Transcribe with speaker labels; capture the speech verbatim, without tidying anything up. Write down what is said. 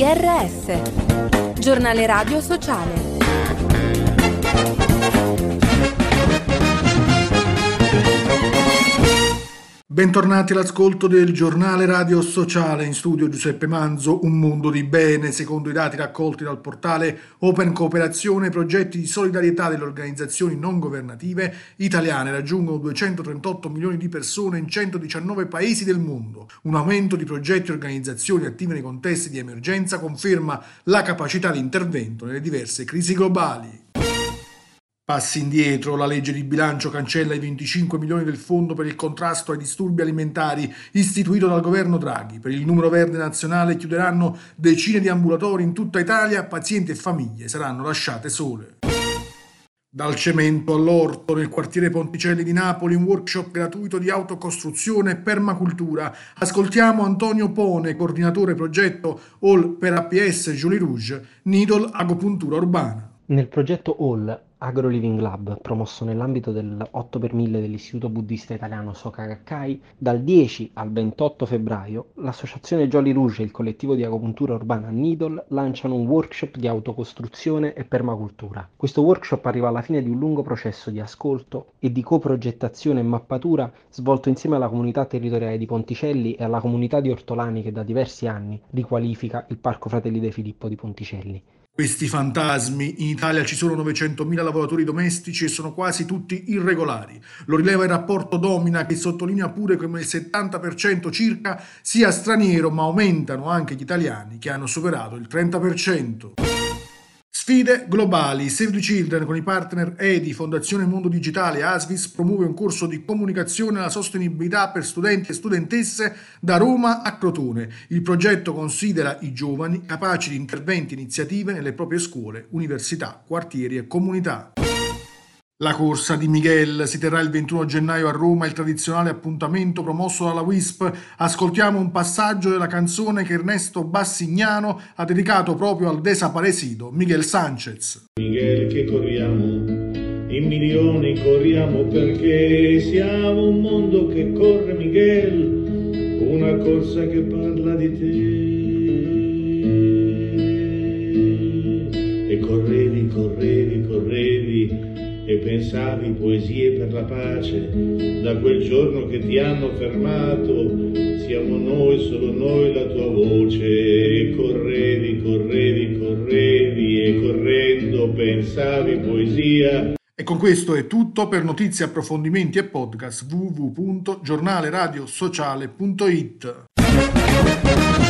Speaker 1: R S, giornale radio sociale.
Speaker 2: Bentornati all'ascolto del giornale radio sociale. In studio Giuseppe Manzo. Un mondo di bene. Secondo i dati raccolti dal portale Open Cooperazione, i progetti di solidarietà delle organizzazioni non governative italiane raggiungono duecentotrentotto milioni di persone in centodiciannove paesi del mondo. Un aumento di progetti e organizzazioni attive nei contesti di emergenza conferma la capacità di intervento nelle diverse crisi globali. Passi indietro, la legge di bilancio cancella i venticinque milioni del fondo per il contrasto ai disturbi alimentari istituito dal governo Draghi. Per il numero verde nazionale chiuderanno decine di ambulatori in tutta Italia, pazienti e famiglie saranno lasciate sole. Dal cemento all'orto, nel quartiere Ponticelli di Napoli, un workshop gratuito di autocostruzione e permacultura. Ascoltiamo Antonio Pone, coordinatore progetto All per A P S Jolie Rouge, Nidol Agopuntura Urbana.
Speaker 3: Nel progetto All Agro Living Lab, promosso nell'ambito del otto per mille dell'Istituto Buddista Italiano Soka Gakkai, dal dieci al ventotto febbraio l'associazione Jolie Rouge e il collettivo di agopuntura urbana Nidol lanciano un workshop di autocostruzione e permacultura. Questo workshop arriva alla fine di un lungo processo di ascolto e di coprogettazione e mappatura svolto insieme alla comunità territoriale di Ponticelli e alla comunità di ortolani che da diversi anni riqualifica il Parco Fratelli De Filippo di Ponticelli.
Speaker 2: Questi fantasmi, in Italia ci sono novecentomila lavoratori domestici e sono quasi tutti irregolari. Lo rileva il rapporto Domina, che sottolinea pure come il settanta per cento circa sia straniero, ma aumentano anche gli italiani che hanno superato il trenta per cento. Sfide globali. Save the Children con i partner E D I, Fondazione Mondo Digitale e Asvis promuove un corso di comunicazione alla sostenibilità per studenti e studentesse da Roma a Crotone. Il progetto considera i giovani capaci di interventi e iniziative nelle proprie scuole, università, quartieri e comunità. La corsa di Miguel si terrà il ventuno gennaio a Roma, il tradizionale appuntamento promosso dalla W I S P. Ascoltiamo un passaggio della canzone che Ernesto Bassignano ha dedicato proprio al desaparecido Miguel Sanchez.
Speaker 4: Miguel, che corriamo, in milioni corriamo perché siamo un mondo che corre, Miguel, una corsa che parla di te. E correvi, correvi, correvi e pensavi poesie per la pace, da quel giorno che ti hanno fermato, siamo noi, solo noi la tua voce, e correvi, correvi, correvi, e correndo pensavi poesia.
Speaker 2: E con questo è tutto. Per notizie, approfondimenti e podcast w w w punto giornale radio sociale punto it.